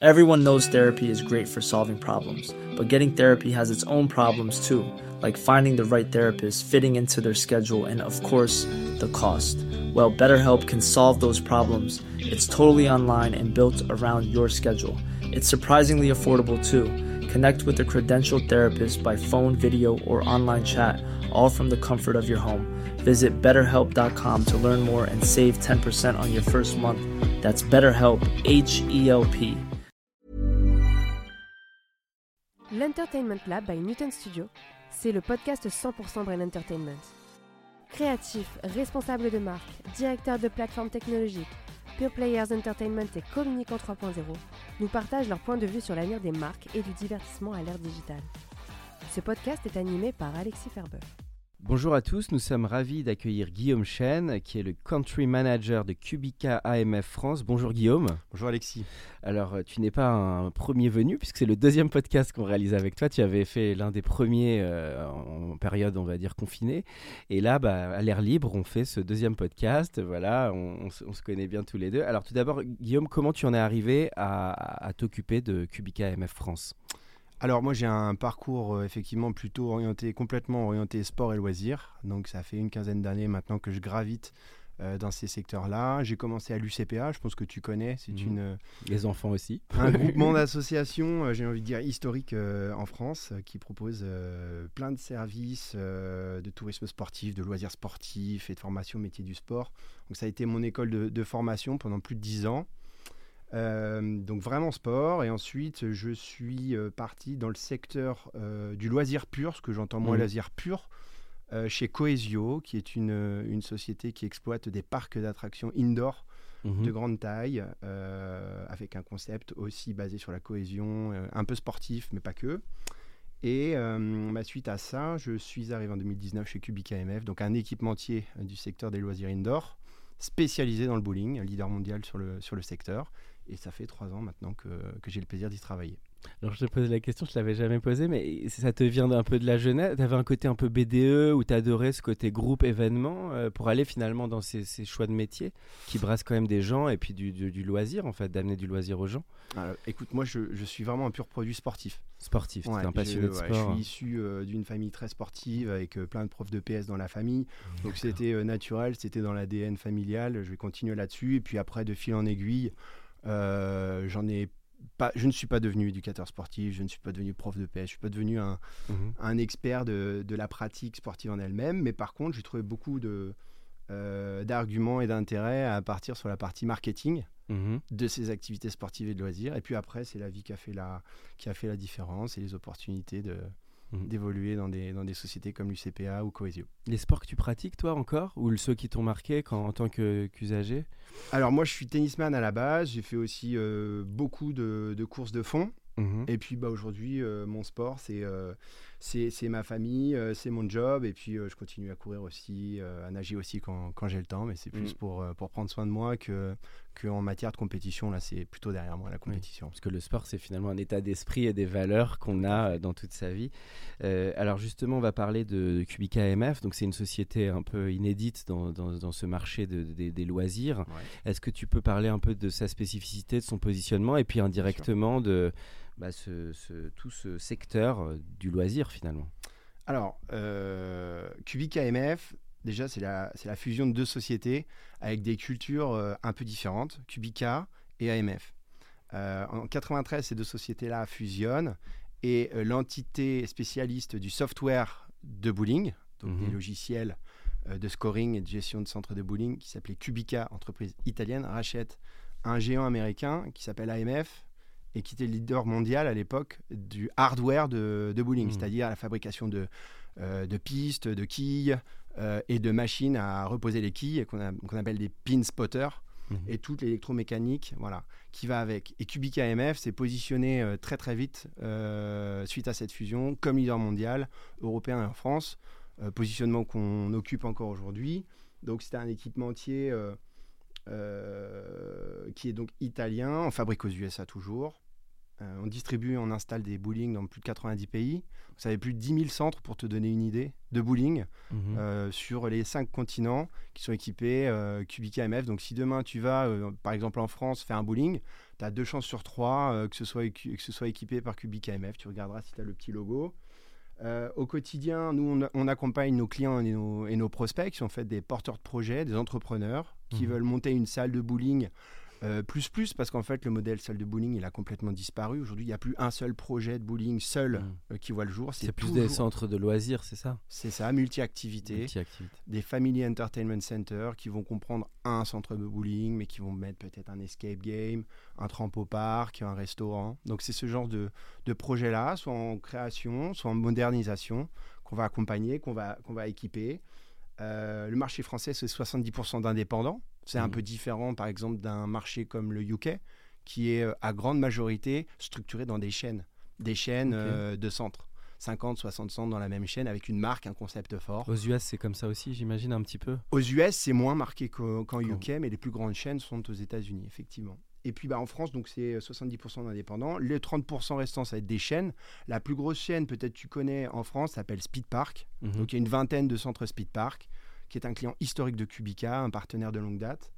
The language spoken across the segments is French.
Everyone knows therapy is great for solving problems, but getting therapy has its own problems too, like finding the right therapist, fitting into their schedule, and of course, the cost. Well, BetterHelp can solve those problems. It's totally online and built around your schedule. It's surprisingly affordable too. Connect with a credentialed therapist by phone, video, or online chat, all from the comfort of your home. Visit BetterHelp.com to learn more and save 10% on your first month. That's BetterHelp, H-E-L-P. L'Entertainment Lab by Newton Studio, c'est le podcast 100% Brain Entertainment. Créatifs, responsables de marque, directeurs de plateformes technologiques, Pure Players Entertainment et Communicant 3.0 nous partagent leur point de vue sur l'avenir des marques et du divertissement à l'ère digitale. Ce podcast est animé par Alexis Ferber. Bonjour à tous, nous sommes ravis d'accueillir Guillaume Chen, qui est le Country Manager de Kubica AMF France. Bonjour Guillaume. Bonjour Alexis. Alors, tu n'es pas un premier venu, puisque c'est le deuxième podcast qu'on réalise avec toi. Tu avais fait l'un des premiers en période, on va dire, confinée. Et là, à l'air libre, on fait ce deuxième podcast. Voilà, on se connaît bien tous les deux. Alors tout d'abord, Guillaume, comment tu en es arrivé à t'occuper de Kubica AMF France ? Alors moi j'ai un parcours effectivement plutôt complètement orienté sport et loisirs. Donc ça fait une quinzaine d'années maintenant que je gravite dans ces secteurs-là. J'ai commencé à l'UCPA, je pense que tu connais. C'est les enfants aussi. Un groupement d'associations, j'ai envie de dire historique en France, qui propose plein de services de tourisme sportif, de loisirs sportifs et de formation au métier du sport. Donc ça a été mon école de formation pendant plus de 10 ans. Donc vraiment sport, et ensuite je suis parti dans le secteur du loisir pur, ce que j'entends moi loisir pur, chez Coesio, qui est une société qui exploite des parcs d'attractions indoor de grande taille, avec un concept aussi basé sur la cohésion, un peu sportif mais pas que. Et suite à ça, je suis arrivé en 2019 chez Kubica AMF, donc un équipementier du secteur des loisirs indoor, spécialisé dans le bowling, leader mondial sur le secteur. Et ça fait 3 ans maintenant que j'ai le plaisir d'y travailler. Alors je te pose la question, je ne l'avais jamais posée, mais ça te vient un peu de la jeunesse. Tu avais un côté un peu BDE où tu adorais ce côté groupe événement pour aller finalement dans ces choix de métier qui brassent quand même des gens et puis du loisir, en fait, d'amener du loisir aux gens. Alors, écoute, moi je suis vraiment un pur produit sportif. Sportif, tu es un passionné de sport. Je suis issu d'une famille très sportive avec plein de profs de PS dans la famille. Donc c'était naturel, c'était dans l'ADN familial. Je vais continuer là-dessus. Et puis après, de fil en aiguille, je ne suis pas devenu éducateur sportif, je ne suis pas devenu prof de PS, je ne suis pas devenu un expert de la pratique sportive en elle-même, mais par contre j'ai trouvé beaucoup d'arguments et d'intérêts à partir sur la partie marketing de ces activités sportives et de loisirs, et puis après c'est la vie qui a fait la différence et les opportunités d'évoluer dans des sociétés comme l'UCPA ou Coesio. Les sports que tu pratiques toi encore, ou ceux qui t'ont marqué en tant qu'usager ? Alors moi je suis tennisman à la base, j'ai fait aussi beaucoup de courses de fond. Et puis aujourd'hui mon sport c'est ma famille, c'est mon job, et puis je continue à courir aussi, à nager aussi quand j'ai le temps, mais c'est plus pour prendre soin de moi que en matière de compétition. Là c'est plutôt derrière moi la compétition. Parce que le sport c'est finalement un état d'esprit et des valeurs qu'on a dans toute sa vie. Alors justement on va parler de Kubica AMF, donc c'est une société un peu inédite dans ce marché des loisirs. Ouais. Est-ce que tu peux parler un peu de sa spécificité, de son positionnement, et puis indirectement de tout ce secteur du loisir finalement? Alors, Kubica AMF, déjà c'est la fusion de deux sociétés avec des cultures un peu différentes, Kubica et AMF. En 93, ces deux sociétés-là fusionnent, et l'entité spécialiste du software de bowling, donc des logiciels de scoring et de gestion de centres de bowling, qui s'appelait Kubica, entreprise italienne, rachète un géant américain qui s'appelle AMF, et qui était le leader mondial à l'époque du hardware de bowling, c'est-à-dire la fabrication de pistes, de quilles et de machines à reposer les quilles, qu'on appelle des pin spotters, et toute l'électromécanique qui va avec. Et Kubica AMF s'est positionné très très vite suite à cette fusion comme leader mondial, européen et en France, positionnement qu'on occupe encore aujourd'hui. Donc c'était un équipementier qui est donc italien, on fabrique aux USA toujours, On distribue, on installe des bowling dans plus de 90 pays. Vous avez plus de 10 000 centres, pour te donner une idée, de bowling sur les 5 continents qui sont équipés Kubica MF. Donc si demain tu vas, par exemple en France, faire un bowling, tu as 2 chances sur 3 que ce soit équipé par Kubica MF. Tu regarderas si tu as le petit logo. Au quotidien, nous, on accompagne nos clients et nos prospects qui sont en fait des porteurs de projets, des entrepreneurs qui veulent monter une salle de bowling plus, parce qu'en fait, le modèle salle de bowling, il a complètement disparu. Aujourd'hui, il n'y a plus un seul projet de bowling qui voit le jour. C'est plus des centres de loisirs, c'est ça ? C'est ça, multi-activités. Des family entertainment centers qui vont comprendre un centre de bowling, mais qui vont mettre peut-être un escape game, un trampopark, un restaurant. Donc, c'est ce genre de projet-là, soit en création, soit en modernisation, qu'on va accompagner, qu'on va équiper. Le marché français, c'est 70% d'indépendants. C'est un peu différent, par exemple, d'un marché comme le UK, qui est à grande majorité structuré dans des chaînes de centres. 50, 60 centres dans la même chaîne, avec une marque, un concept fort. Aux US, c'est comme ça aussi, j'imagine, un petit peu ? Aux US, c'est moins marqué qu'en UK, mais les plus grandes chaînes sont aux États-Unis, effectivement. Et puis en France, donc c'est 70% d'indépendants. Les 30% restants, ça va être des chaînes. La plus grosse chaîne, peut-être tu connais en France, s'appelle Speed Park. Donc il y a une vingtaine de centres Speed Park, qui est un client historique de Kubica, un partenaire de longue date.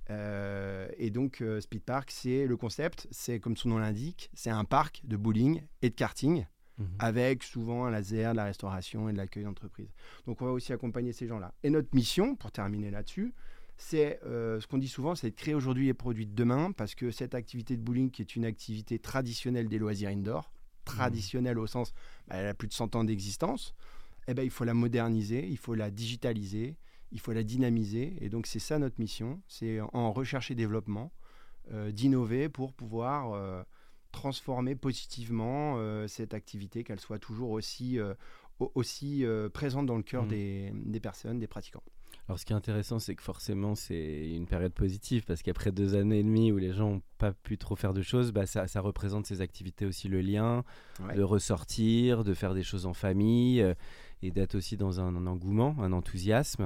Et donc Speed Park, c'est le concept, c'est comme son nom l'indique, c'est un parc de bowling et de karting, avec souvent un laser, de la restauration et de l'accueil d'entreprise. Donc on va aussi accompagner ces gens-là. Et notre mission, pour terminer là-dessus, c'est ce qu'on dit souvent, c'est de créer aujourd'hui les produits de demain, parce que cette activité de bowling, qui est une activité traditionnelle des loisirs indoor, traditionnelle au sens, elle a plus de 100 ans d'existence, il faut la moderniser, il faut la digitaliser, il faut la dynamiser. Et donc, c'est ça notre mission, c'est en recherche et développement, d'innover pour pouvoir transformer positivement cette activité, qu'elle soit toujours aussi présente dans le cœur des personnes, des pratiquants. Alors, ce qui est intéressant, c'est que forcément, c'est une période positive, parce qu'après 2 années et demie où les gens n'ont pas pu trop faire de choses, ça représente ces activités aussi, le lien, de ressortir, de faire des choses en famille, et d'être aussi dans un engouement, un enthousiasme.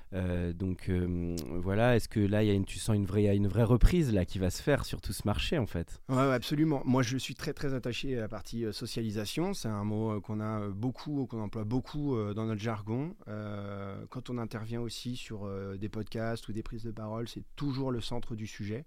Voilà, est-ce que là, tu sens il y a une vraie reprise là, qui va se faire sur tout ce marché, en fait ? Oui, absolument. Moi, je suis très, très attaché à la partie socialisation. C'est un mot qu'on emploie beaucoup dans notre jargon. Quand on intervient aussi sur des podcasts ou des prises de parole, c'est toujours le centre du sujet.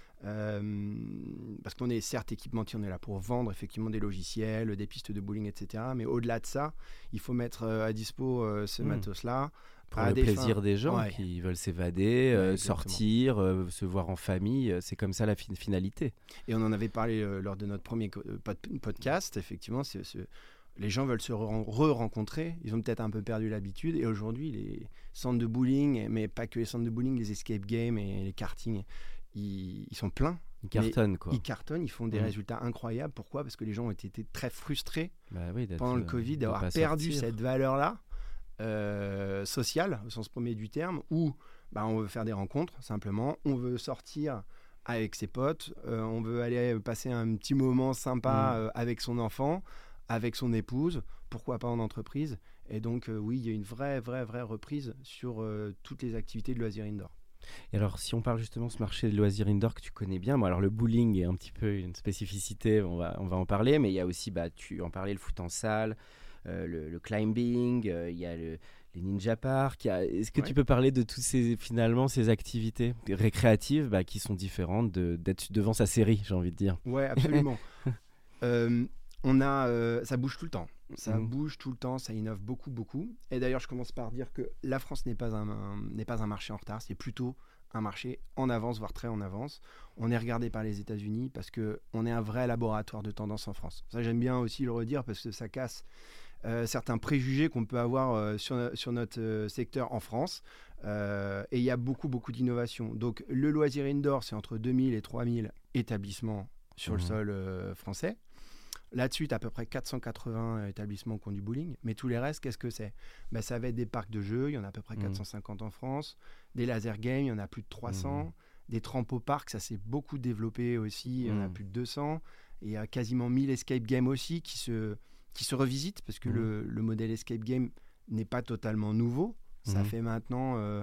Parce qu'on est certes équipementier, on est là pour vendre effectivement des logiciels, des pistes de bowling, etc. Mais au-delà de ça, il faut mettre à dispo ce matos-là. Pour le plaisir des gens qui veulent s'évader, sortir, se voir en famille. C'est comme ça la finalité. Et on en avait parlé lors de notre premier podcast. Effectivement, les gens veulent se re-rencontrer. Ils ont peut-être un peu perdu l'habitude. Et aujourd'hui, les centres de bowling, mais pas que les centres de bowling, les escape games et les karting, ils sont pleins. Ils cartonnent, quoi. Ils cartonnent, ils font des résultats incroyables. Pourquoi ? Parce que les gens ont été très frustrés pendant le Covid d'avoir perdu cette valeur-là. Sociale, au sens premier du terme, où on veut faire des rencontres, simplement, on veut sortir avec ses potes, on veut aller passer un petit moment sympa avec son enfant, avec son épouse, pourquoi pas en entreprise. Et donc, oui, il y a une vraie reprise sur toutes les activités de loisirs indoor. Et alors, si on parle justement de ce marché de loisirs indoor que tu connais bien, alors le bowling est un petit peu une spécificité, on va en parler, mais il y a aussi, tu en parlais, le foot en salle, le climbing, il y a les ninja parks. Est-ce que tu peux parler de toutes ces activités récréatives qui sont différentes d'être devant sa série, j'ai envie de dire ? Ouais, absolument. Ça bouge tout le temps. Ça bouge tout le temps, ça innove beaucoup. Et d'ailleurs, je commence par dire que la France n'est pas un marché en retard, c'est plutôt un marché en avance, voire très en avance. On est regardé par les États-Unis parce qu'on est un vrai laboratoire de tendance en France. Ça, j'aime bien aussi le redire parce que ça casse certains préjugés qu'on peut avoir sur notre secteur en France. Et il y a beaucoup d'innovation. Donc, le loisir indoor, c'est entre 2000 et 3000 établissements sur le sol français. Là-dessus, tu as à peu près 480 établissements qui ont du bowling. Mais tous les restes, qu'est-ce que c'est ? Ça va être des parcs de jeux, il y en a à peu près 450 en France. Des laser games, il y en a plus de 300. Des trampoparks, ça s'est beaucoup développé aussi, il y en a plus de 200. Et il y a quasiment 1000 escape games aussi qui se revisitent, parce que le modèle escape game n'est pas totalement nouveau. Ça fait maintenant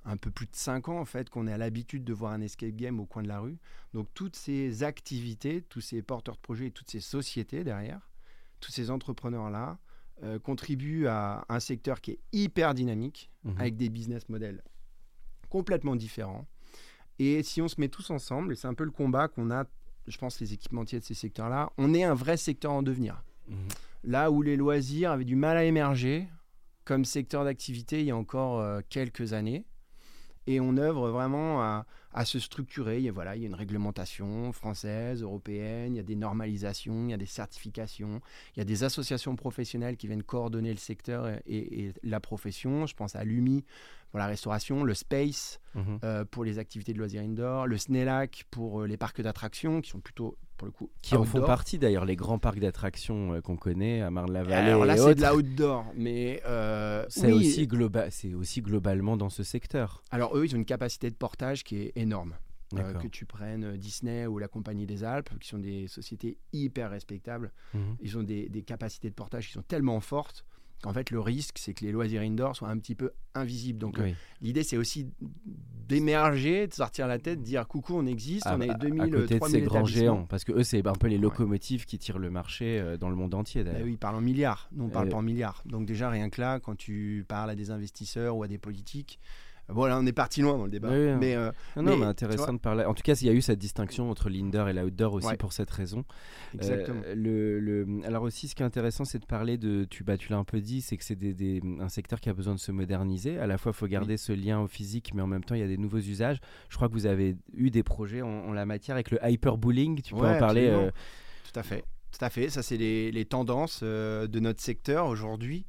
un peu plus de 5 ans en fait qu'on est à l'habitude de voir un escape game au coin de la rue. Donc toutes ces activités, tous ces porteurs de projets et toutes ces sociétés derrière, tous ces entrepreneurs-là contribuent à un secteur qui est hyper dynamique, avec des business models complètement différents. Et si on se met tous ensemble, et c'est un peu le combat qu'on a, je pense, les équipementiers de ces secteurs-là, on est un vrai secteur en devenir. Là où les loisirs avaient du mal à émerger comme secteur d'activité il y a encore quelques années, et on œuvre vraiment à se structurer. Il y a une réglementation française, européenne, il y a des normalisations, il y a des certifications, il y a des associations professionnelles qui viennent coordonner le secteur et la profession. Je pense à l'UMI pour la restauration, le Space pour les activités de loisirs indoor, le SNELAC pour les parcs d'attractions qui sont plutôt, pour le coup, qui en outdoor. font partie d'ailleurs, les grands parcs d'attractions qu'on connaît à Marne-la-Vallée. Alors là, et c'est autres. de la outdoor, mais c'est oui. aussi globalement dans ce secteur. Alors eux, ils ont une capacité de portage qui est énorme. Que tu prennes Disney ou la Compagnie des Alpes, qui sont des sociétés hyper respectables, ils ont des capacités de portage qui sont tellement fortes qu'en fait, le risque, c'est que les loisirs indoor soient un petit peu invisibles. Donc, l'idée, c'est aussi d'émerger, de sortir la tête, de dire coucou, on existe, on est 2000, à côté 3000 de ces grands établissements. géants, parce que eux, c'est un peu les locomotives qui tirent le marché dans le monde entier, d'ailleurs. Oui, ils parlent en milliards. Nous, on ne parle pas en milliards. Donc, déjà, rien que là, quand tu parles à des investisseurs ou à des politiques, bon, là, on est parti loin dans le débat. Oui, mais intéressant de parler. En tout cas, il y a eu cette distinction entre l'indoor et l'outdoor aussi pour cette raison. Exactement. Alors aussi, ce qui est intéressant, c'est de parler de... Tu l'as un peu dit, c'est que c'est un secteur qui a besoin de se moderniser. À la fois, il faut garder ce lien au physique, mais en même temps, il y a des nouveaux usages. Je crois que vous avez eu des projets en la matière avec le hyperbulling. Tu peux en parler Tout à fait. Ça, c'est les tendances de notre secteur aujourd'hui.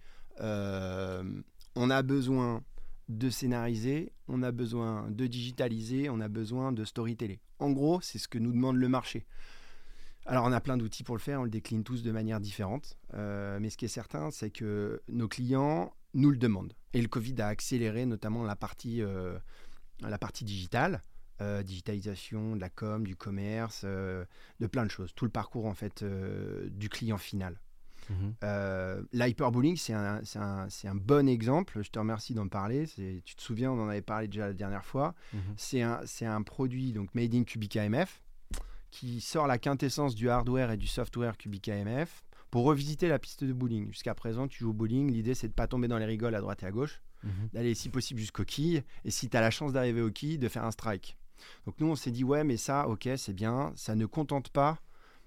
On a besoin de scénariser, on a besoin de digitaliser, on a besoin de storyteller. En gros, c'est ce que nous demande le marché. Alors, on a plein d'outils pour le faire, on le décline tous de manière différente. Mais ce qui est certain, c'est que nos clients nous le demandent. Et le Covid a accéléré notamment la partie digitale, digitalisation de la com, du commerce, de plein de choses. Tout le parcours en fait du client final. L'hyperbulling, c'est un bon exemple. Je te remercie d'en parler. Tu te souviens, on en avait parlé déjà la dernière fois. C'est un produit donc made in Kubica MF qui sort la quintessence du hardware et du software Kubica MF pour revisiter la piste de bowling. Jusqu'à présent, tu joues au bowling. L'idée, c'est de ne pas tomber dans les rigoles à droite et à gauche, d'aller si possible jusqu'aux quilles. Et si tu as la chance d'arriver aux quilles, de faire un strike. Donc nous, on s'est dit, ouais, mais ça, ok, c'est bien. Ça ne contente pas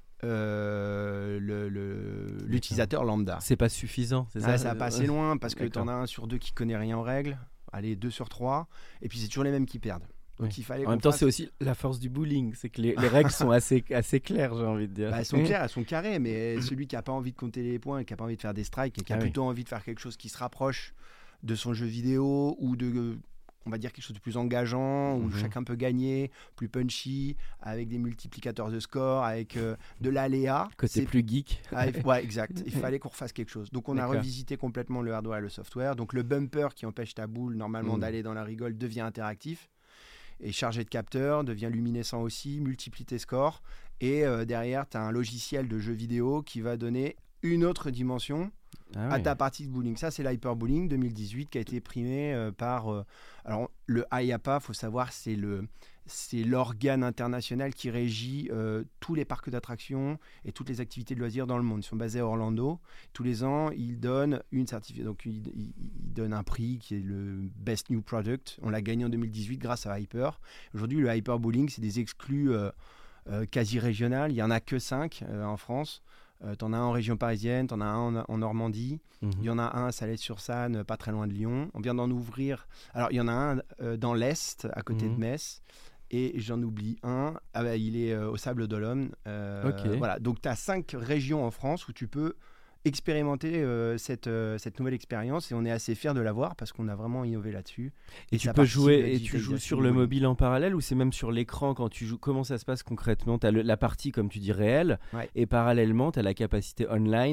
l'utilisateur lambda. C'est pas suffisant, c'est ça? Ça va pas assez loin parce que tu en as 1 sur 2 qui connaît rien aux règles, allez 2 sur 3, et puis c'est toujours les mêmes qui perdent. Donc il fallait en même temps, c'est aussi la force du bowling, c'est que les règles sont assez claires, j'ai envie de dire. Elles sont claires, elles sont carrées, mais celui qui n'a pas envie de compter les points, qui n'a pas envie de faire des strikes, et qui a plutôt envie de faire quelque chose qui se rapproche de son jeu vidéo ou de... on va dire quelque chose de plus engageant, où chacun peut gagner, plus punchy, avec des multiplicateurs de score, avec de l'aléa. Côté plus geek. Ouais, exact. Il fallait qu'on refasse quelque chose. Donc, on a revisité complètement le hardware et le software. Donc, le bumper qui empêche ta boule, normalement, d'aller dans la rigole, devient interactif. Et chargé de capteurs, devient luminescent aussi, multiplie tes scores. Et derrière, tu as un logiciel de jeu vidéo qui va donner une autre dimension à ta partie de bowling. Ça, c'est l'hyperbulling 2018 qui a été primé par... alors, le IAPA, il faut savoir, c'est l'organe international qui régit tous les parcs d'attractions et toutes les activités de loisirs dans le monde. Ils sont basés à Orlando. Tous les ans, ils donnent une certification. Donc, ils donnent un prix qui est le Best New Product. On l'a gagné en 2018 grâce à Hyper. Aujourd'hui, le hyperbulling, c'est des exclus quasi régionales. Il n'y en a que 5 en France. T'en as un en région parisienne, t'en as un en Normandie, il y en a un à Salès-sur-Sanne, pas très loin de Lyon. On vient d'en ouvrir. Alors, il y en a un dans l'Est, à côté de Metz. Et j'en oublie un, il est au Sable d'Olonne. Voilà. Donc, tu as 5 régions en France où tu peux expérimenter cette nouvelle expérience, et on est assez fiers de l'avoir parce qu'on a vraiment innové là-dessus. Et tu peux jouer, et tu joues sur le mobile en parallèle, ou c'est même sur l'écran quand tu joues? Comment ça se passe concrètement? Tu as la partie, comme tu dis, réelle, et parallèlement, tu as la capacité online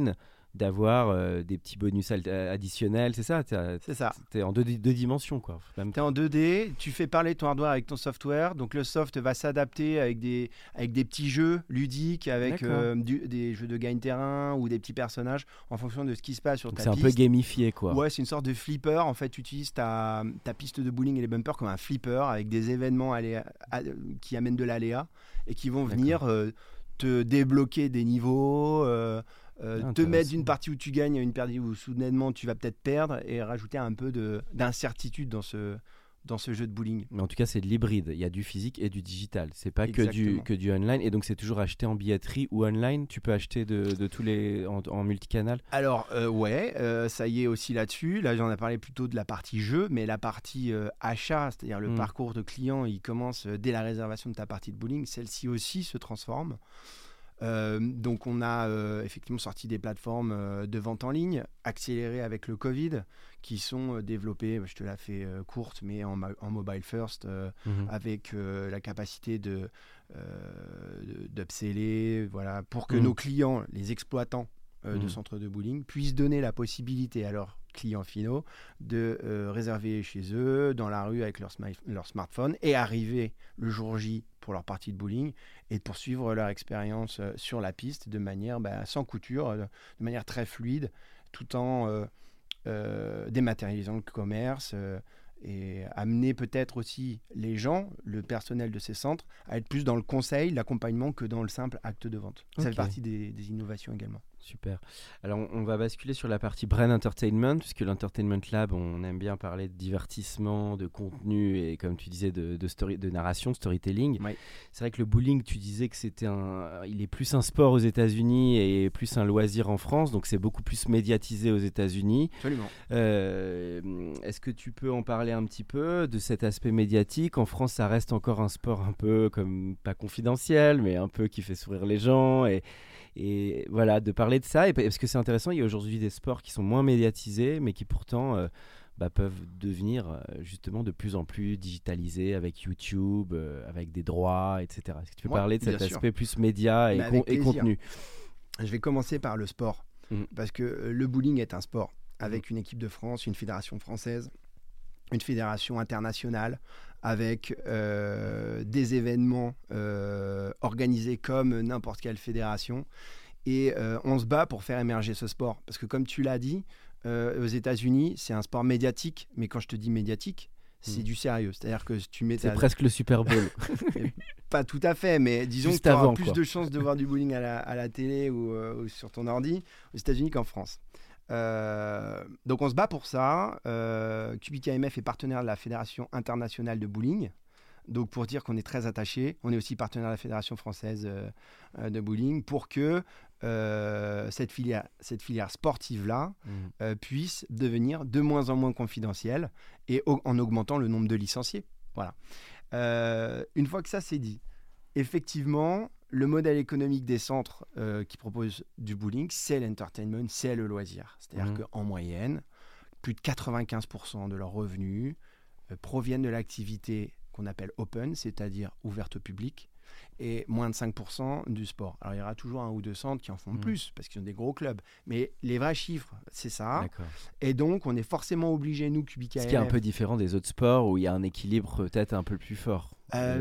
d'avoir des petits bonus additionnels, c'est ça? C'est ça. T'es en deux dimensions, quoi. Tu es en 2D, tu fais parler ton hardware avec ton software, donc le soft va s'adapter avec des petits jeux ludiques, avec des jeux de gain-terrain ou des petits personnages en fonction de ce qui se passe sur Donc ta c'est piste. un peu gamifié, quoi. Ouais, c'est une sorte de flipper. En fait, tu utilises ta piste de bowling et les bumpers comme un flipper avec des événements qui amènent de l'aléa et qui vont venir te débloquer des niveaux, te mettre d'une partie où tu gagnes à une partie où soudainement tu vas peut-être perdre et rajouter un peu d'incertitude dans ce jeu de bowling. Mais en tout cas, c'est de l'hybride. Il y a du physique et du digital. C'est pas que du online. Et donc, c'est toujours acheté en billetterie ou online. Tu peux acheter de tous les en multicanal. Alors, ça y est aussi là-dessus. Là, j'en ai parlé plutôt de la partie jeu, mais la partie achat, c'est-à-dire le parcours de client, il commence dès la réservation de ta partie de bowling. Celle-ci aussi se transforme. Donc on a effectivement sorti des plateformes de vente en ligne accélérées avec le Covid qui sont développées, je te la fais courte, mais en mobile first avec la capacité d'upseller, voilà, pour que nos clients, les exploitants de centres de bowling, puissent donner la possibilité à leurs clients finaux de réserver chez eux, dans la rue avec leur smartphone et arriver le jour J pour leur partie de bowling et de poursuivre leur expérience sur la piste de manière sans couture, de manière très fluide, tout en dématérialisant le commerce et amener peut-être aussi les gens, le personnel de ces centres, à être plus dans le conseil, l'accompagnement que dans le simple acte de vente. Ça fait partie des innovations également. Super. Alors, on va basculer sur la partie Brain Entertainment, puisque l'Entertainment Lab, on aime bien parler de divertissement, de contenu et, comme tu disais, de narration, de storytelling. Ouais. C'est vrai que le bowling, tu disais que il est plus un sport aux États-Unis et plus un loisir en France, donc c'est beaucoup plus médiatisé aux États-Unis. Absolument. Est-ce que tu peux en parler un petit peu de cet aspect médiatique? En France, ça reste encore un sport un peu comme, pas confidentiel, mais un peu qui fait sourire les gens et voilà, de parler de ça, et parce que c'est intéressant, il y a aujourd'hui des sports qui sont moins médiatisés, mais qui pourtant peuvent devenir justement de plus en plus digitalisés avec YouTube, avec des droits, etc. Est-ce que tu peux parler de cet aspect plus média et contenu? Je vais commencer par le sport, parce que le bowling est un sport, avec une équipe de France, une fédération française, une fédération internationale, avec des événements organisés comme n'importe quelle fédération. Et on se bat pour faire émerger ce sport. Parce que comme tu l'as dit, aux États-Unis, c'est un sport médiatique. Mais quand je te dis médiatique, c'est du sérieux. C'est-à-dire que tu mets c'est presque le Super Bowl. Pas tout à fait, mais disons que tu auras plus de chances de voir du bowling à la télé ou sur ton ordi aux États-Unis qu'en France. Donc on se bat pour ça. QBKMF est partenaire de la Fédération internationale de bowling. Donc pour dire qu'on est très attaché, on est aussi partenaire de la Fédération française de bowling pour que cette filière sportive-là puisse devenir de moins en moins confidentielle et en augmentant le nombre de licenciés. Voilà. Une fois que ça c'est dit, effectivement, le modèle économique des centres qui proposent du bowling, c'est l'entertainment, c'est le loisir. C'est-à-dire qu'en moyenne, plus de 95% de leurs revenus proviennent de l'activité qu'on appelle open, c'est-à-dire ouverte au public, et moins de 5% du sport. Alors il y aura toujours un ou deux centres qui en font plus, parce qu'ils ont des gros clubs. Mais les vrais chiffres, c'est ça. D'accord. Et donc, on est forcément obligé, nous, QBKMF... Ce qui est un peu différent des autres sports, où il y a un équilibre peut-être un peu plus fort.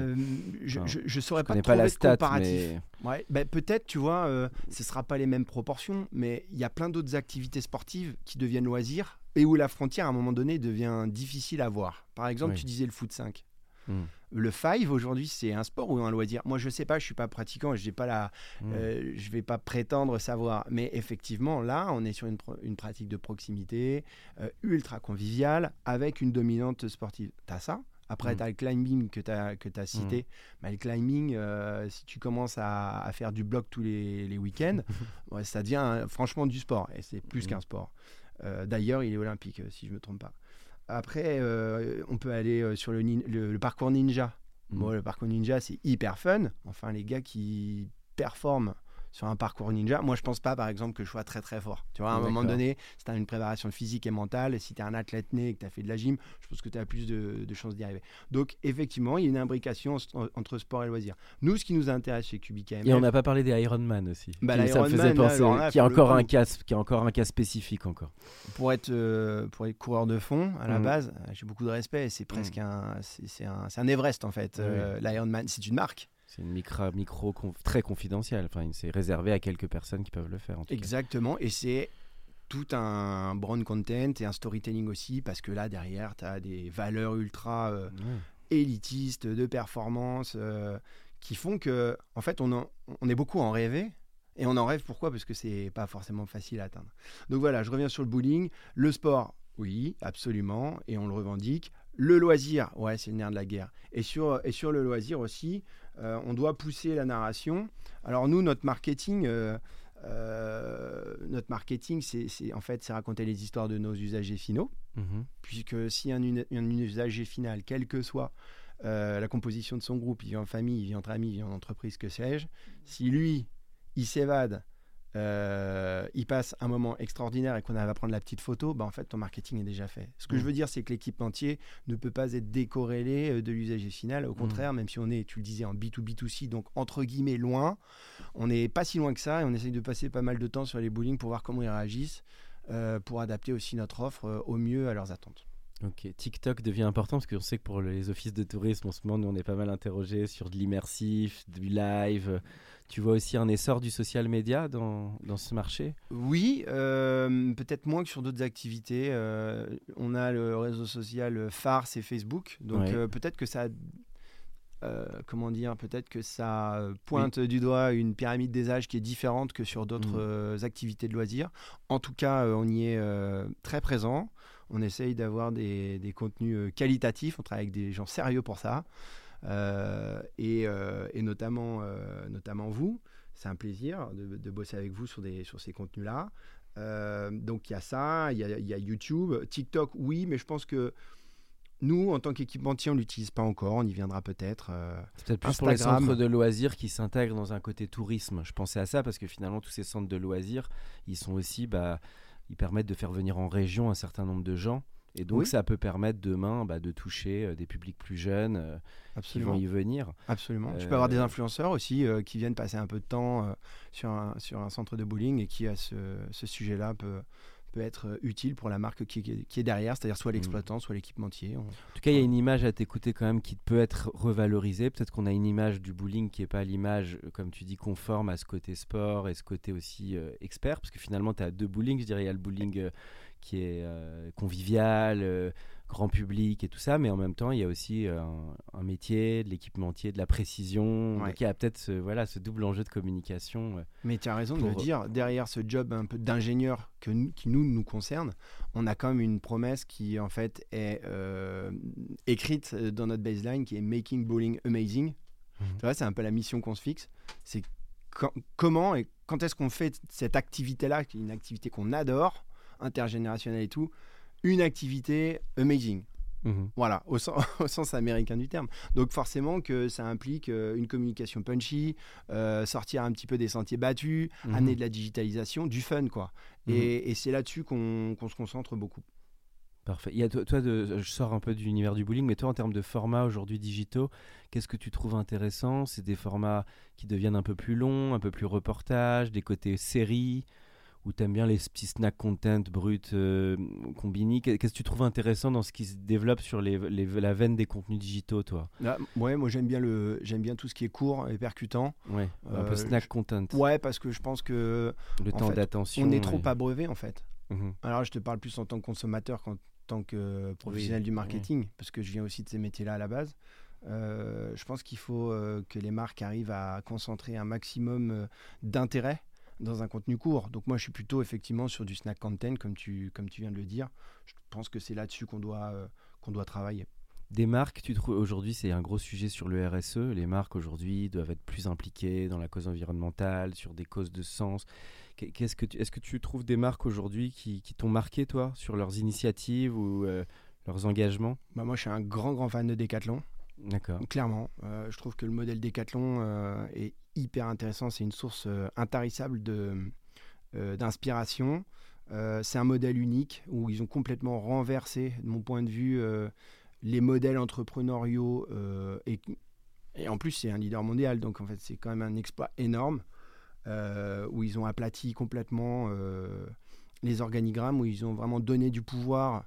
Je saurais pas trouver la stat, comparatif. Mais... Ouais, peut-être, tu vois, ce sera pas les mêmes proportions, mais il y a plein d'autres activités sportives qui deviennent loisirs et où la frontière, à un moment donné, devient difficile à voir. Par exemple, tu disais le foot 5. Le 5 aujourd'hui, c'est un sport ou un loisir? Moi, je sais pas, je suis pas pratiquant, je vais pas prétendre savoir. Mais effectivement, là, on est sur une pratique de proximité ultra conviviale avec une dominante sportive. T'as ça. Après, tu as le climbing que tu as cité. Mais le climbing, si tu commences à faire du bloc tous les week-ends, ça devient franchement du sport. Et c'est plus qu'un sport. D'ailleurs, il est olympique, si je ne me trompe pas. Après, on peut aller sur le parcours ninja. Bon, le parcours ninja, c'est hyper fun. Enfin, les gars qui performent sur un parcours ninja. Moi, je pense pas, par exemple, que je sois très très fort. Tu vois, à un moment donné, si tu as une préparation physique et mentale, et si tu es un athlète né et que tu as fait de la gym, je pense que tu as plus de chances d'y arriver. Donc, effectivement, il y a une imbrication entre sport et loisir. Nous, ce qui nous intéresse chez QubiKMF... Et on n'a pas parlé des Ironman aussi. Bah, ça me faisait penser, qui est encore un cas spécifique encore. Pour être coureur de fond, à la base, j'ai beaucoup de respect. Et c'est presque c'est un Everest, en fait. L'Ironman, c'est une marque. C'est une micro très confidentielle. Enfin, c'est réservé à quelques personnes qui peuvent le faire. En tout Exactement. Et c'est tout un brand content et un storytelling aussi, parce que là, derrière, tu as des valeurs ultra élitistes, de performance, qui font que, en fait, on est beaucoup en rêver. Et on en rêve, pourquoi ? Parce que c'est pas forcément facile à atteindre. Donc voilà, je reviens sur le bowling. Le sport, oui, absolument, et on le revendique. Le loisir, ouais, c'est le nerf de la guerre. Et sur le loisir aussi, on doit pousser la narration. Alors nous, notre marketing, c'est raconter les histoires de nos usagers finaux. Puisque si un usager final, quelle que soit la composition de son groupe, il vit en famille, il vit entre amis, il vit en entreprise, que sais-je, si lui, il s'évade, il passe un moment extraordinaire et qu'on arrive à prendre la petite photo, en fait, ton marketing est déjà fait. Ce que je veux dire, c'est que l'équipementier ne peut pas être décorrélé de l'usager final. Au contraire, même si on est, tu le disais, en B2B2C, donc entre guillemets loin, on n'est pas si loin que ça et on essaye de passer pas mal de temps sur les bowling pour voir comment ils réagissent, pour adapter aussi notre offre au mieux à leurs attentes. Ok, TikTok devient important parce qu'on sait que pour les offices de tourisme en ce moment, nous on est pas mal interrogés sur de l'immersif, du live. Tu vois aussi un essor du social media dans ce marché ? Oui, peut-être moins que sur d'autres activités. On a le réseau social phare, c'est Facebook. Donc peut-être que ça... peut-être que ça pointe du doigt une pyramide des âges qui est différente que sur d'autres activités de loisirs. En tout cas, on y est très présent. On essaye d'avoir des contenus qualitatifs. On travaille avec des gens sérieux pour ça. Et notamment vous. C'est un plaisir de bosser avec vous sur ces contenus-là. Donc il y a ça, il y a YouTube. TikTok, oui, mais je pense que nous, en tant qu'équipementier, on ne l'utilise pas encore. On y viendra peut-être. C'est peut-être plus Instagram. Pour les centres de loisirs qui s'intègrent dans un côté tourisme. Je pensais à ça parce que finalement, tous ces centres de loisirs, ils sont aussi... ils permettent de faire venir en région un certain nombre de gens. Et donc, ça peut permettre demain de toucher des publics plus jeunes qui vont y venir. Absolument. Tu peux avoir des influenceurs aussi qui viennent passer un peu de temps sur un centre de bowling et qui, à ce sujet-là, peut être utile pour la marque qui est derrière, c'est-à-dire soit l'exploitant, soit l'équipementier. En tout cas, il y a une image à t'écouter quand même qui peut être revalorisée. Peut-être qu'on a une image du bowling qui n'est pas l'image, comme tu dis, conforme à ce côté sport et ce côté aussi expert, parce que finalement, tu as deux bowlings, je dirais. Il y a le bowling qui est convivial, grand public et tout ça, mais en même temps, il y a aussi un métier, de l'équipementier, de la précision. Donc, il y a peut-être ce double enjeu de communication. Mais tu as raison de le dire, derrière ce job un peu d'ingénieur qui nous concerne, on a quand même une promesse qui, en fait, est écrite dans notre baseline, qui est « Making Bowling Amazing ». Tu vois, c'est un peu la mission qu'on se fixe. C'est comment et quand est-ce qu'on fait cette activité-là, qui est une activité qu'on adore, intergénérationnelle et tout, une activité amazing. Voilà, au sens américain du terme. Donc forcément que ça implique une communication punchy, sortir un petit peu des sentiers battus, amener de la digitalisation, du fun, quoi. Et c'est là-dessus qu'on se concentre beaucoup. Parfait. Il y a je sors un peu de l'univers du bowling, mais toi, en termes de formats aujourd'hui digitaux, qu'est-ce que tu trouves intéressant ? C'est des formats qui deviennent un peu plus longs, un peu plus reportage, des côtés séries, ou t'aimes bien les petits snack content bruts combinés. Qu'est-ce que tu trouves intéressant dans ce qui se développe sur la veine des contenus digitaux, toi ? Ouais, moi j'aime bien tout ce qui est court et percutant. Ouais, un peu snack content. Ouais, parce que je pense que le temps d'attention. On est trop abreuvé en fait. Alors je te parle plus en tant que consommateur qu'en tant que professionnel du marketing, parce que je viens aussi de ces métiers-là à la base. Je pense qu'il faut que les marques arrivent à concentrer un maximum d'intérêt dans un contenu court. Donc moi je suis plutôt effectivement sur du snack content comme tu viens de le dire. Je pense que c'est là-dessus qu'on doit travailler. Des marques, tu trouves aujourd'hui, c'est un gros sujet sur le RSE. Les marques aujourd'hui doivent être plus impliquées dans la cause environnementale, sur des causes de sens. Est-ce que tu trouves des marques aujourd'hui qui t'ont marqué, toi, sur leurs initiatives ou leurs engagements ? Moi je suis un grand fan de Decathlon. D'accord. Clairement, je trouve que le modèle Decathlon est hyper intéressant. C'est une source intarissable d'inspiration. C'est un modèle unique où ils ont complètement renversé, de mon point de vue, les modèles entrepreneuriaux. Et en plus, c'est un leader mondial. Donc, en fait, c'est quand même un exploit énorme où ils ont aplati complètement les organigrammes, où ils ont vraiment donné du pouvoir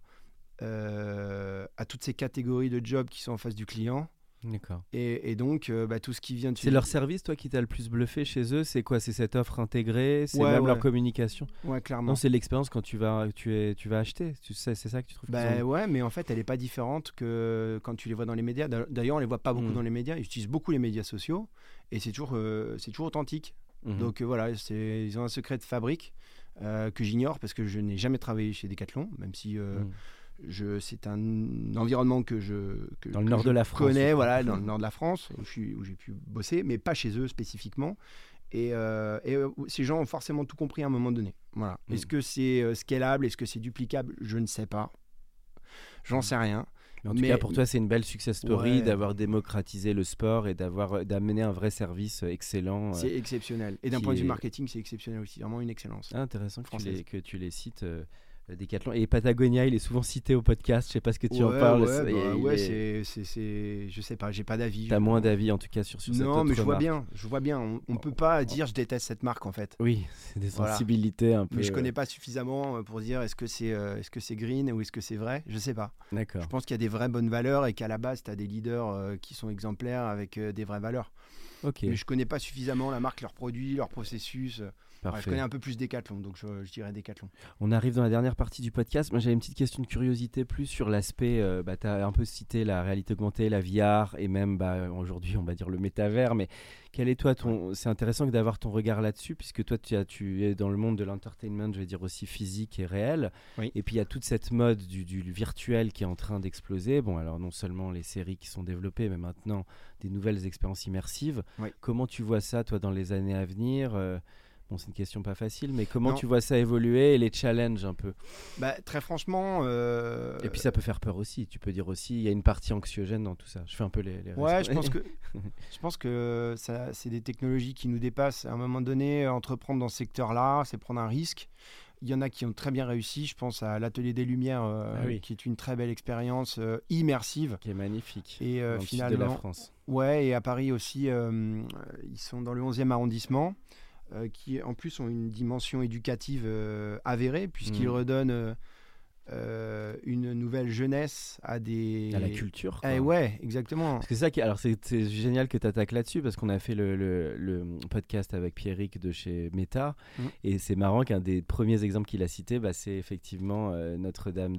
à toutes ces catégories de jobs qui sont en face du client. D'accord. Et donc, tout ce qui vient de... C'est leur service, toi, qui t'a le plus bluffé chez eux? C'est quoi? C'est cette offre intégrée? C'est Ouais, même ouais. leur communication? Ouais, clairement. Non, c'est l'expérience quand tu vas acheter. Tu sais, c'est ça que tu trouves qu'ils ont... Ouais, mais en fait, elle n'est pas différente que quand tu les vois dans les médias. D'ailleurs, on ne les voit pas beaucoup dans les médias. Ils utilisent beaucoup les médias sociaux et c'est toujours authentique. Donc voilà, ils ont un secret de fabrique que j'ignore parce que je n'ai jamais travaillé chez Decathlon, même si... c'est un environnement que dans le nord de la France, connais, voilà, dans le nord de la France où j'ai pu bosser, mais pas chez eux spécifiquement. Et ces gens ont forcément tout compris à un moment donné. Voilà. Est-ce que c'est scalable? Est-ce que c'est duplicable? Je ne sais pas. J'en sais rien. Mais en tout cas, pour toi, c'est une belle success story d'avoir démocratisé le sport et d'amener un vrai service excellent. C'est exceptionnel. Et d'un point de vue marketing, c'est exceptionnel aussi. Vraiment une excellence. Intéressant que tu les cites. Decathlon. Et Patagonia, il est souvent cité au podcast. Je sais pas ce que tu en parles. Je sais pas, j'ai pas d'avis. T'as moins d'avis en tout cas sur cette autre marque. Non, mais je vois bien. On peut pas dire je déteste cette marque en fait. Oui, c'est des sensibilités un peu. Mais je connais pas suffisamment pour dire est-ce que c'est green ou est-ce que c'est vrai. Je sais pas. D'accord. Je pense qu'il y a des vraies bonnes valeurs et qu'à la base, tu as des leaders qui sont exemplaires avec des vraies valeurs. Ok. Mais je connais pas suffisamment la marque, leurs produits, leur processus. Ouais, je connais un peu plus Decathlon, donc je dirais Decathlon. On arrive dans la dernière partie du podcast. Moi, j'avais une petite question de curiosité plus sur l'aspect. Tu as un peu cité la réalité augmentée, la VR et même aujourd'hui, on va dire le métavers. Mais quel est toi c'est intéressant d'avoir ton regard là-dessus, puisque toi, tu es dans le monde de l'entertainment, je vais dire aussi physique et réel. Oui. Et puis, il y a toute cette mode du virtuel qui est en train d'exploser. Bon, alors non seulement les séries qui sont développées, mais maintenant des nouvelles expériences immersives. Oui. Comment tu vois ça, toi, dans les années à venir? Bon, c'est une question pas facile, mais comment tu vois ça évoluer et les challenges un peu? Très franchement... Et puis ça peut faire peur aussi. Tu peux dire aussi, il y a une partie anxiogène dans tout ça. Je fais un peu les Ouais, je pense que c'est des technologies qui nous dépassent. À un moment donné, entreprendre dans ce secteur-là, c'est prendre un risque. Il y en a qui ont très bien réussi. Je pense à l'Atelier des Lumières, qui est une très belle expérience immersive. Qui est magnifique. Et dans finalement, le sud de la France. Ouais, et à Paris aussi, ils sont dans le 11e arrondissement. Qui en plus ont une dimension éducative avérée, puisqu'ils redonnent une nouvelle jeunesse à la culture. Ouais, exactement. Parce que c'est génial que tu attaques là-dessus, parce qu'on a fait le podcast avec Pierrick de chez Meta, et c'est marrant qu'un des premiers exemples qu'il a cité, c'est effectivement Notre-Dame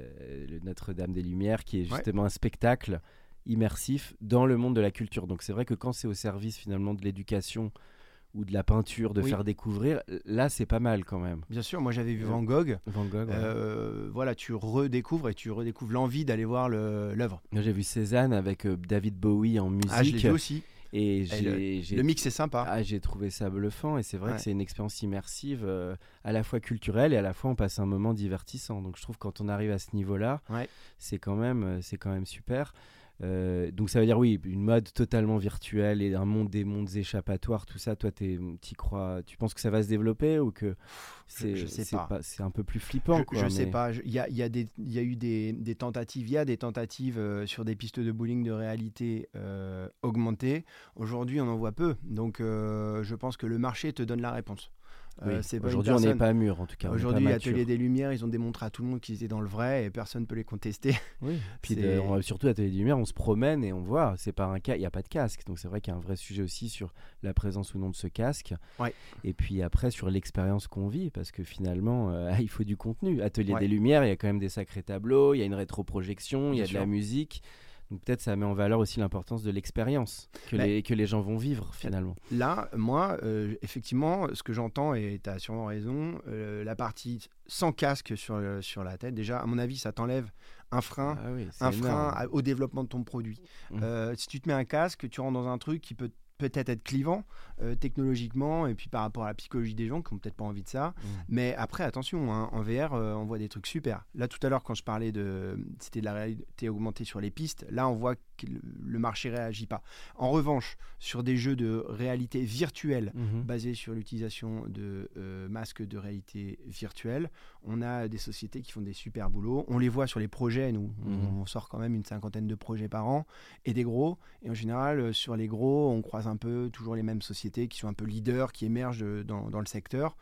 des Lumières, qui est justement un spectacle immersif dans le monde de la culture. Donc c'est vrai que quand c'est au service finalement de l'éducation ou de la peinture, de faire découvrir, là c'est pas mal quand même. Bien sûr, moi j'avais vu Van Gogh. Ouais. Tu redécouvres l'envie d'aller voir l'œuvre. Moi j'ai vu Cézanne avec David Bowie en musique. Je l'ai vu aussi. Et le mix est sympa. J'ai trouvé ça bluffant, et c'est vrai que c'est une expérience immersive à la fois culturelle et à la fois on passe un moment divertissant. Donc je trouve que quand on arrive à ce niveau-là, c'est quand même super. Donc ça veut dire une mode totalement virtuelle et des mondes échappatoires, tout ça. Toi, t'y crois? Tu penses que ça va se développer ou que je sais pas. C'est un peu plus flippant? Je sais pas. Il y a eu des tentatives. Il y a des tentatives sur des pistes de bowling de réalité augmentée. Aujourd'hui, on en voit peu. Donc, je pense que le marché te donne la réponse. Aujourd'hui, on n'est pas mûr en tout cas. Aujourd'hui, Atelier des Lumières, ils ont démontré à tout le monde qu'ils étaient dans le vrai et personne ne peut les contester. Oui. Puis surtout, Atelier des Lumières, on se promène et on voit. C'est pas il n'y a pas de casque. Donc c'est vrai qu'il y a un vrai sujet aussi sur la présence ou non de ce casque. Ouais. Et puis après, sur l'expérience qu'on vit, parce que finalement, il faut du contenu. Atelier des Lumières, il y a quand même des sacrés tableaux, il y a une rétroprojection, il y a de la musique. Donc peut-être ça met en valeur aussi l'importance de l'expérience que les gens vont vivre finalement. Là, moi, effectivement, ce que j'entends, et tu as sûrement raison, la partie sans casque sur la tête, déjà, à mon avis, ça t'enlève un frein, frein au développement de ton produit. Si tu te mets un casque, tu rentres dans un truc qui peut peut-être être clivant technologiquement et puis par rapport à la psychologie des gens qui n'ont peut-être pas envie de ça. Mais après, attention, hein, en VR, on voit des trucs super. Là, tout à l'heure, quand je parlais c'était de la réalité augmentée sur les pistes, là, on voit que le marché ne réagit pas. En revanche, sur des jeux de réalité virtuelle basés sur l'utilisation de masques de réalité virtuelle, on a des sociétés qui font des super boulots. On les voit sur les projets, nous. On sort quand même une 50aine de projets par an et des gros. Et en général, sur les gros, on croise un peu toujours les mêmes sociétés qui sont un peu leaders, qui émergent dans le secteur.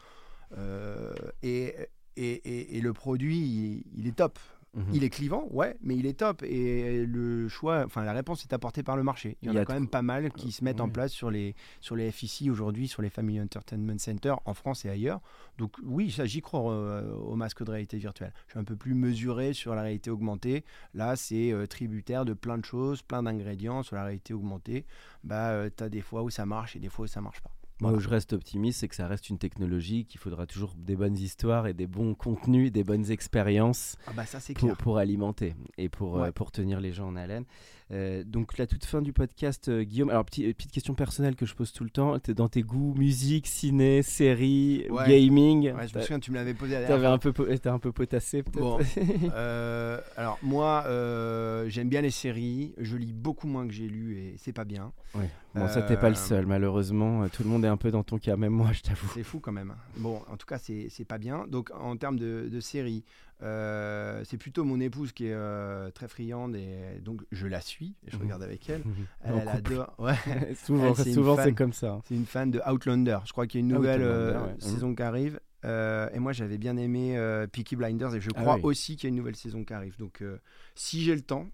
Et le produit, il est top. Il est clivant, ouais, mais il est top. Et le choix, la réponse est apportée par le marché. Il y en a quand même pas mal qui se mettent en place sur les FIC aujourd'hui, sur les Family Entertainment Center en France et ailleurs. Donc oui, ça, j'y crois au masque de réalité virtuelle. Je suis un peu plus mesuré sur la réalité augmentée. Là, c'est tributaire de plein de choses, plein d'ingrédients. Sur la réalité augmentée, tu as des fois où ça marche et des fois où ça marche pas. Moi, où je reste optimiste, c'est que ça reste une technologie, qu'il faudra toujours des bonnes histoires et des bons contenus, des bonnes expériences ça, c'est clair. Pour alimenter et pour tenir les gens en haleine. Donc, la toute fin du podcast, Guillaume. Alors, petite question personnelle que je pose tout le temps. T'es dans tes goûts, musique, ciné, série, gaming. Ouais, je me souviens, tu me l'avais posé à la dernière fois. T'es un peu potassé, peut-être. Bon. Alors, moi, j'aime bien les séries. Je lis beaucoup moins que j'ai lu et c'est pas bien. Ouais. Bon, ça, t'es pas le seul, malheureusement. Tout le monde est un peu dans ton cas, même moi, je t'avoue. C'est fou quand même. Bon, en tout cas, c'est pas bien. Donc, en termes de séries, c'est plutôt mon épouse qui est très friande et donc je la suis et je regarde avec elle. Elle adore. Ouais. souvent c'est comme ça. C'est une fan de Outlander. Je crois qu'il y a une nouvelle saison qui arrive. Et moi, j'avais bien aimé Peaky Blinders et je crois aussi qu'il y a une nouvelle saison qui arrive. Donc, si j'ai le temps,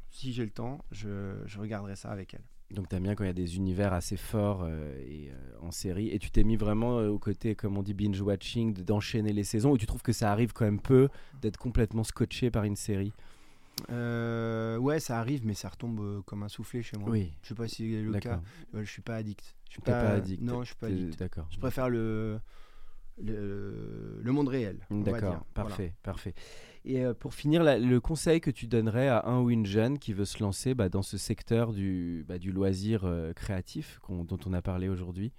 je regarderai ça avec elle. Donc t'aimes bien quand il y a des univers assez forts en série, et tu t'es mis vraiment au côté, comme on dit, binge-watching, d'enchaîner les saisons, ou tu trouves que ça arrive quand même peu d'être complètement scotché par une série? Ouais, ça arrive, mais ça retombe comme un soufflet chez moi. Oui. Je sais pas si c'est le cas. Je suis pas addict. Pas addict. Non, je suis pas addict. D'accord. Je préfère le monde réel. D'accord, parfait. Et pour finir, le conseil que tu donnerais à un ou une jeune qui veut se lancer dans ce secteur du loisir créatif dont on a parlé aujourd'hui?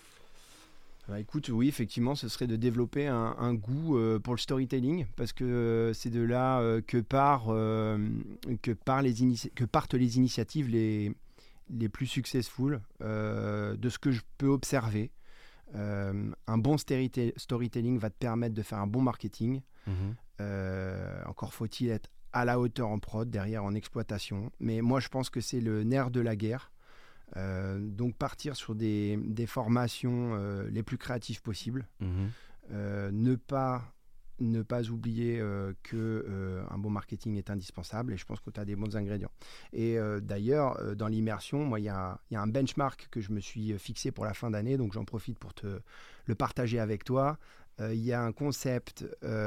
Écoute, oui, effectivement, ce serait de développer un goût pour le storytelling, parce que c'est de là que partent les initiatives les plus successful, de ce que je peux observer. Un bon storytelling va te permettre de faire un bon marketing. Encore faut-il être à la hauteur en prod, derrière en exploitation. Mais moi, je pense que c'est le nerf de la guerre. Donc partir sur des formations les plus créatives possibles. Ne pas oublier qu'un bon marketing est indispensable, et je pense que tu as des bons ingrédients. Et d'ailleurs, dans l'immersion, moi, il y a un benchmark que je me suis fixé pour la fin d'année, donc j'en profite pour te le partager avec toi. Il y a un concept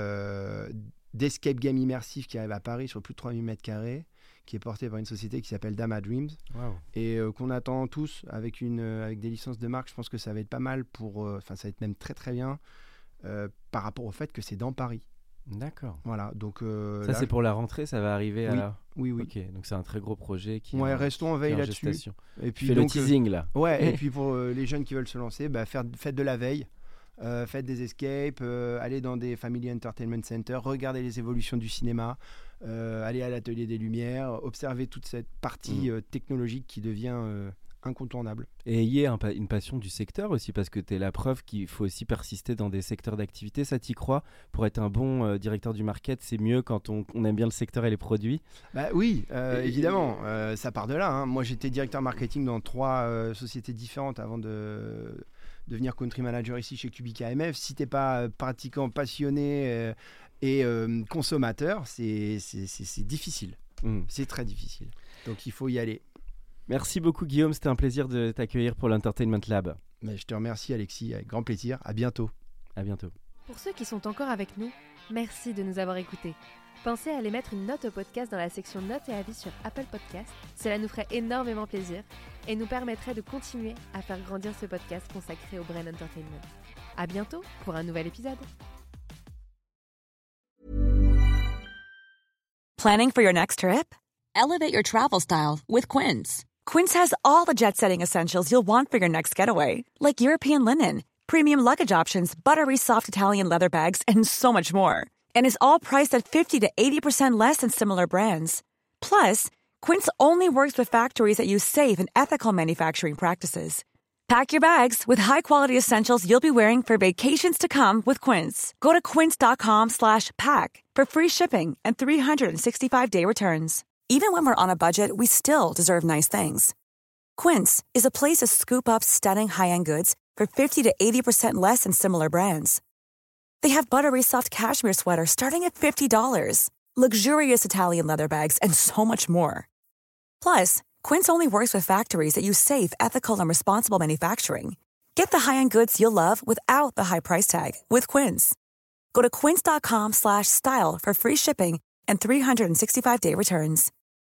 d'escape game immersif qui arrive à Paris sur plus de 3000 m², qui est porté par une société qui s'appelle Dama Dreams, et qu'on attend tous avec des licences de marque. Je pense que ça va être pas mal ça va être même très très bien par rapport au fait que c'est dans Paris. D'accord. Voilà, donc ça c'est pour la rentrée, ça va arriver Oui. Ok, donc c'est un très gros projet qui restons en veille là-dessus. Et puis fais le teasing là. Ouais, et puis pour les jeunes qui veulent se lancer, faites de la veille. Faites des escapes, allez dans des Family Entertainment Center, regardez les évolutions du cinéma, allez à l'atelier des Lumières, observez toute cette partie technologique qui devient incontournable. Et ayez une passion du secteur aussi, parce que tu es la preuve qu'il faut aussi persister dans des secteurs d'activité. Ça, t'y crois? Pour être un bon directeur du market, c'est mieux quand on aime bien le secteur et les produits? Oui, évidemment, ça part de là, hein. Moi, j'étais directeur marketing dans 3 sociétés différentes avant de devenir country manager ici chez Cubica AMF. Si t'es pas pratiquant, passionné et consommateur, c'est difficile. C'est très difficile. Donc il faut y aller. Merci beaucoup Guillaume, c'était un plaisir de t'accueillir pour l'Entertainment Lab. Mais je te remercie Alexis, avec grand plaisir. À bientôt. À bientôt. Pour ceux qui sont encore avec nous, merci de nous avoir écoutés. Pensez à aller mettre une note au podcast dans la section notes et avis sur Apple Podcasts. Cela nous ferait énormément plaisir et nous permettrait de continuer à faire grandir ce podcast consacré au Brain Entertainment. À bientôt pour un nouvel épisode. Planning for your next trip? Elevate your travel style with Quince. Quince has all the jet-setting essentials you'll want for your next getaway, like European linen, premium luggage options, buttery soft Italian leather bags, and so much more. And is all priced at 50 to 80% less than similar brands. Plus, Quince only works with factories that use safe and ethical manufacturing practices. Pack your bags with high-quality essentials you'll be wearing for vacations to come with Quince. Go to quince.com/pack for free shipping and 365-day returns. Even when we're on a budget, we still deserve nice things. Quince is a place to scoop up stunning high-end goods for 50 to 80% less than similar brands. They have buttery soft cashmere sweaters starting at $50, luxurious Italian leather bags, and so much more. Plus, Quince only works with factories that use safe, ethical, and responsible manufacturing. Get the high-end goods you'll love without the high price tag with Quince. Go to quince.com/style for free shipping and 365-day returns.